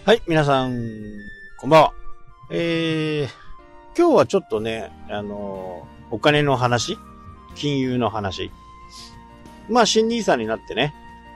はい、皆さん、こんばんは。今日はちょっとね、お金の話、金融の話。まあ、新ニーサになってね、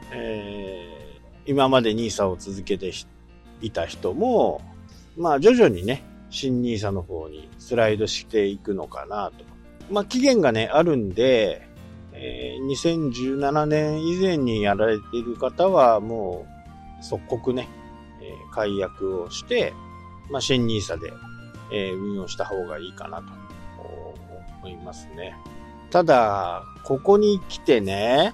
今までニーサを続けていた人も、まあ、徐々にね、新ニーサの方にスライドしていくのかなと。まあ、期限がね、あるんで、2017年以前にやられている方は、もう、即刻ね、解約をして、まあ、新ニーサで、運用した方がいいかなと思いますね。ただ、ここに来てね、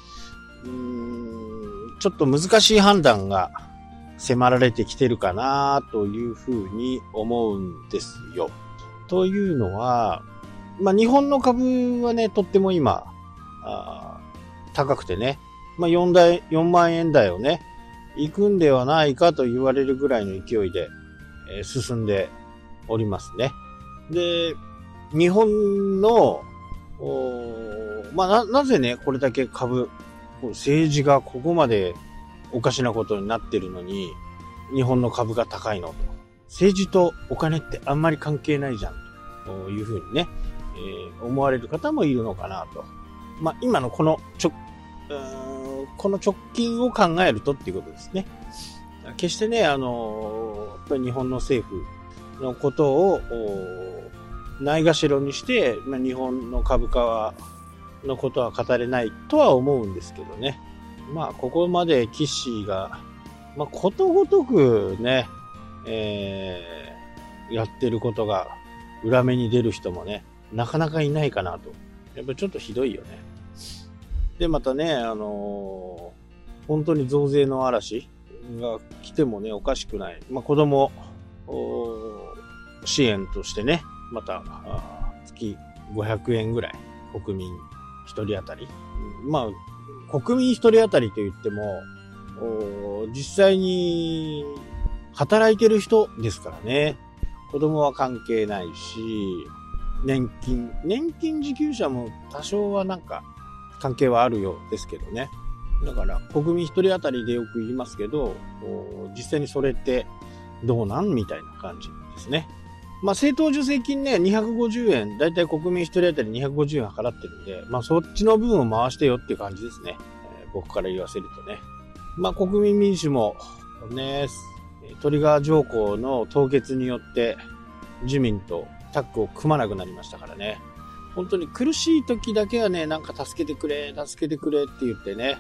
ちょっと難しい判断が迫られてきてるかなというふうに思うんですよ。というのは、まあ、日本の株はね、とっても今、高くてね、まあ、4万円台をね、行くんではないかと言われるぐらいの勢いで、進んでおりますね。で、日本の、まあ、なぜね、これだけ政治がここまでおかしなことになってるのに、日本の株が高いのと。政治とお金ってあんまり関係ないじゃん、というふうにね、思われる方もいるのかなと。まあ、今のこの直近を考えるとっていうことですね。決してね、やっぱり日本の政府のことをないがしろにして、まあ、日本の株価のことは語れないとは思うんですけどね。まあ、ここまでキッシーが、まあ、ことごとくね、やってることが裏目に出る人もね、なかなかいないかなと。やっぱりちょっとひどいよね。で、またね、本当に増税の嵐が来てもね、おかしくない。まあ、子供支援としてね、また、月500円ぐらい、国民一人当たり。まあ、国民一人当たりと言っても、実際に働いてる人ですからね。子供は関係ないし、年金受給者も多少はなんか関係はあるようですけどね。だから国民一人当たりでよく言いますけど、実際にそれってどうなんみたいな感じですね。まあ政党助成金ね、250円、だいたい国民一人当たり250円払ってるんで、まあそっちの分を回してよっていう感じですね。僕から言わせるとね。まあ国民民主もね、トリガー条項の凍結によって自民とタッグを組まなくなりましたからね。本当に苦しい時だけはね、なんか助けてくれって言ってね、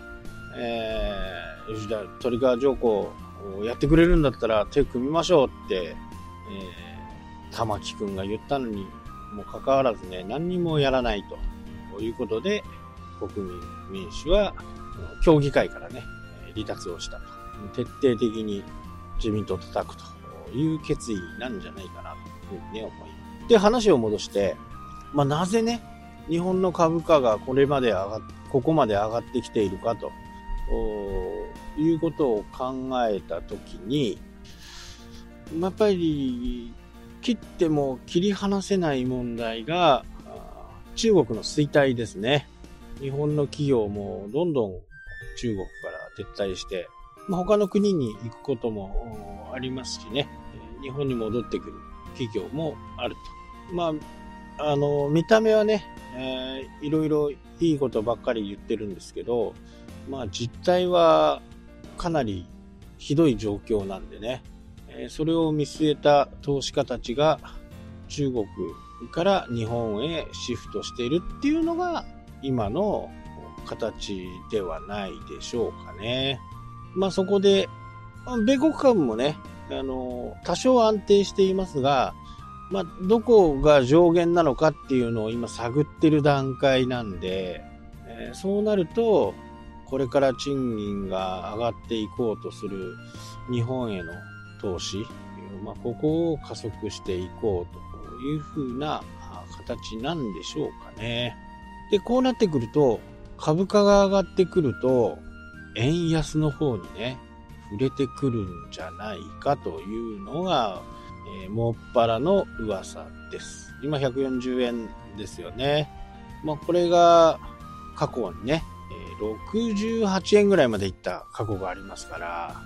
トリガー条項をやってくれるんだったら手を組みましょうって、玉木くんが言ったのにもかかわらずね、何にもやらないということで、国民民主は協議会からね、離脱をしたと。徹底的に自民党を叩くという決意なんじゃないかなというふうにね、思います。で、話を戻して、まあ、なぜね、日本の株価がここまで上がってきているかということを考えたときに、やっぱり切っても切り離せない問題が中国の衰退ですね。日本の企業もどんどん中国から撤退して、まあ、他の国に行くこともありますしね、日本に戻ってくる企業もあると。まあ見た目はね、いろいろいいことばっかり言ってるんですけど、まあ実態はかなりひどい状況なんでね、それを見据えた投資家たちが中国から日本へシフトしているっていうのが今の形ではないでしょうかね。まあそこで、米国株もね、多少安定していますが、まあ、どこが上限なのかっていうのを今探ってる段階なんで、そうなると、これから賃金が上がっていこうとする日本への投資、まあ、ここを加速していこうというふうな形なんでしょうかね。で、こうなってくると、株価が上がってくると、円安の方にね、触れてくるんじゃないかというのが、もっぱらの噂です。今140円ですよね。まあこれが過去にね、68円ぐらいまでいった過去がありますから、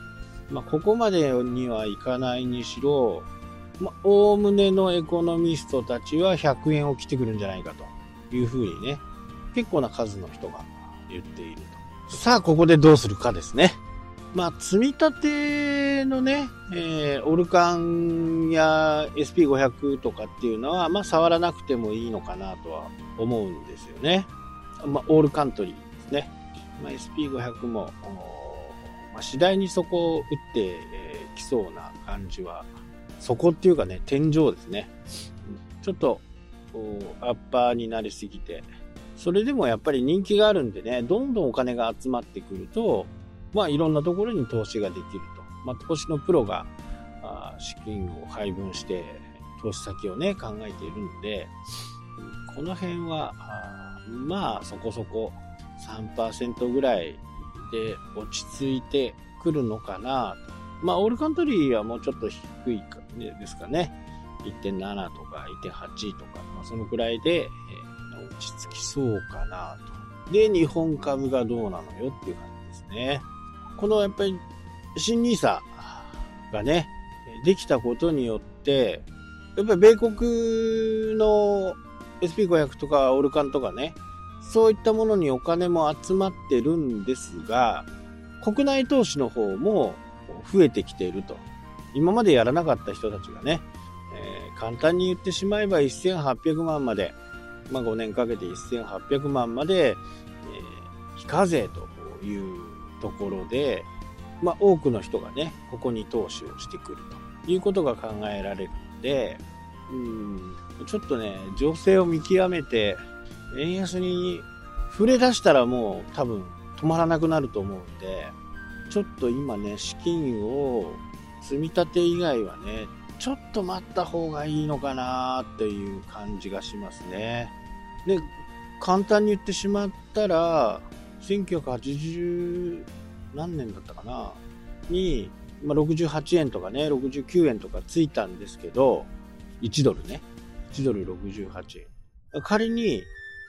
ここまでにはいかないにしろ、おおむねのエコノミストたちは100円を切ってくるんじゃないかというふうにね、結構な数の人が言っていると。さあ、ここでどうするかですね。積み立てのね、オルカンや SP500 とかっていうのは、触らなくてもいいのかなとは思うんですよね。オールカントリーですね。SP500 も、次第にそこを打ってきそうな感じは、そこっていうかね、天井ですね。ちょっとアッパーになりすぎて、それでもやっぱり人気があるんでね、どんどんお金が集まってくると、いろんなところに投資ができると。投資のプロが資金を配分して投資先をね、考えているんで、この辺はそこそこ 3% ぐらいで落ち着いてくるのかなと。オールカントリーはもうちょっと低いですかね。1.7 とか 1.8 とか、そのくらいで、落ち着きそうかなと。で、日本株がどうなのよっていう感じですね。このやっぱり新NISAがね、できたことによって、やっぱり米国の SP500 とかオルカンとかね、そういったものにお金も集まってるんですが、国内投資の方も増えてきていると。今までやらなかった人たちがね、簡単に言ってしまえば1800万まで、5年かけて1800万まで、非課税というところで、多くの人がね、ここに投資をしてくるということが考えられるので、ちょっとね、情勢を見極めて、円安に触れ出したらもう多分止まらなくなると思うんで、ちょっと今ね、資金を積み立て以外はね、ちょっと待った方がいいのかなっていう感じがしますね。で、簡単に言ってしまったら、1980何年だったかなに、68円とかね、69円とかついたんですけど、1ドルね。1ドル68円。仮に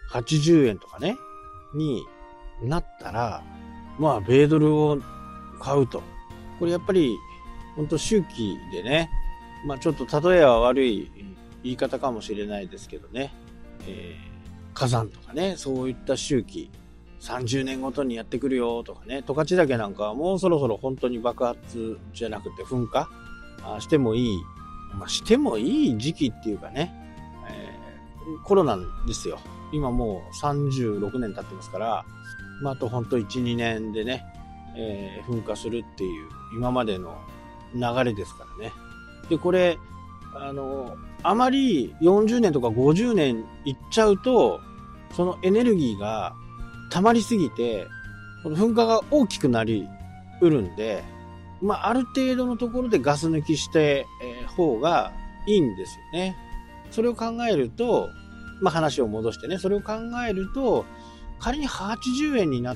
80円とかね、になったら、米ドルを買うと。これやっぱり、本当周期でね、ちょっと例えは悪い言い方かもしれないですけどね、火山とかね、そういった周期、30年ごとにやってくるよとかね、十勝岳なんかはもうそろそろ本当に爆発じゃなくて噴火してもいい、してもいい時期っていうかね、コロナですよ。今もう36年経ってますから、あと本当 1,2 年でね、噴火するっていう今までの流れですからね。で、これ、あまり40年とか50年いっちゃうと、そのエネルギーが溜まりすぎて、この噴火が大きくなりうるんで、ある程度のところでガス抜きして方がいいんですよね。それを考えると、話を戻してね、それを考えると、仮に80円になって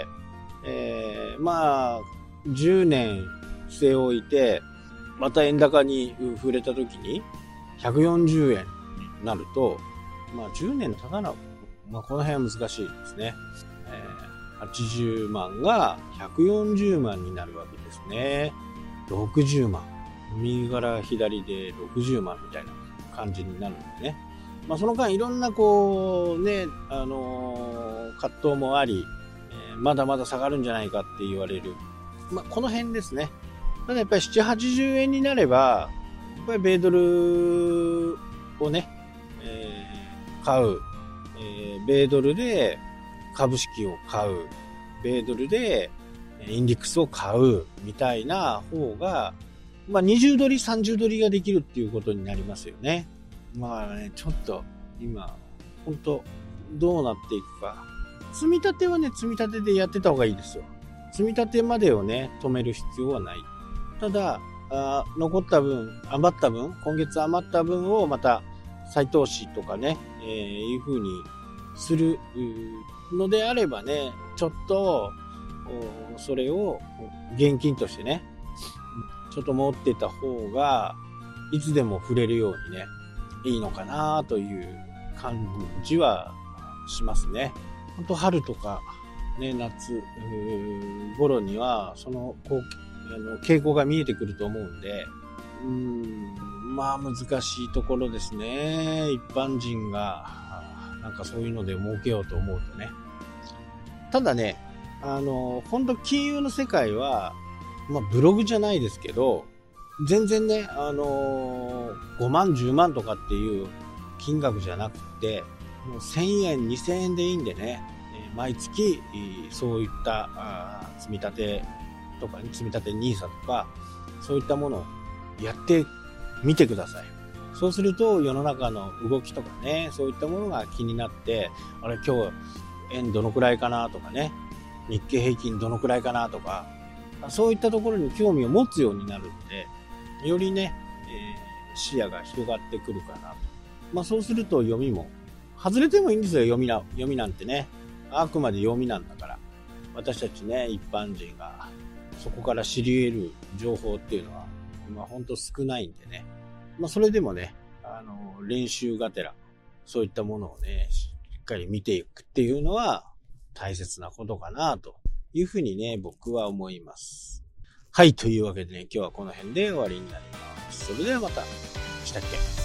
、10年据え置いて、また円高に触れた時に140円になると、10年経たな、この辺は難しいですね。80万が140万になるわけですね。60万。右から左で60万みたいな感じになるんでね。その間いろんな葛藤もあり、まだまだ下がるんじゃないかって言われる。この辺ですね。ただやっぱり7、80円になれば、やっぱり米ドルをね、買う。米ドルで株式を買う。米ドルでインデックスを買うみたいな方が、20ドル、30ドルができるっていうことになりますよね。ちょっと今、本当どうなっていくか。積み立てはね、積み立てでやってた方がいいですよ。積み立てまでをね、止める必要はない。ただ、残った分、余った分、今月余った分をまた再投資とかね、いう風にするのであればね、ちょっと、それを現金としてね、ちょっと持ってた方が、いつでも触れるようにね、いいのかなという感じはしますね。本当春とか、ね、夏頃には、その傾向が見えてくると思うんで、まあ難しいところですね。一般人が、なんかそういうので儲けようと思うとね。ただね、本当金融の世界は、まあブログじゃないですけど、全然ね、5万、10万とかっていう金額じゃなくて、もう1000円、2000円でいいんでね、毎月、そういった積み立てとか、積み立て NISA とか、そういったものをやってみてください。そうすると世の中の動きとかね、そういったものが気になって、あれ今日円どのくらいかなとかね、日経平均どのくらいかなとか、そういったところに興味を持つようになるので、よりね、視野が広がってくるかなと。まあそうすると読みも、外れてもいいんですよ、読みなんてね。あくまで読みなんだから。私たちね、一般人がそこから知り得る情報っていうのは、まあほんと少ないんでね。まあそれでもね、練習がてら、そういったものをね、しっかり見ていくっていうのは大切なことかなというふうにね、僕は思います。はい、というわけでね、今日はこの辺で終わりになります。それではまた。したっけ。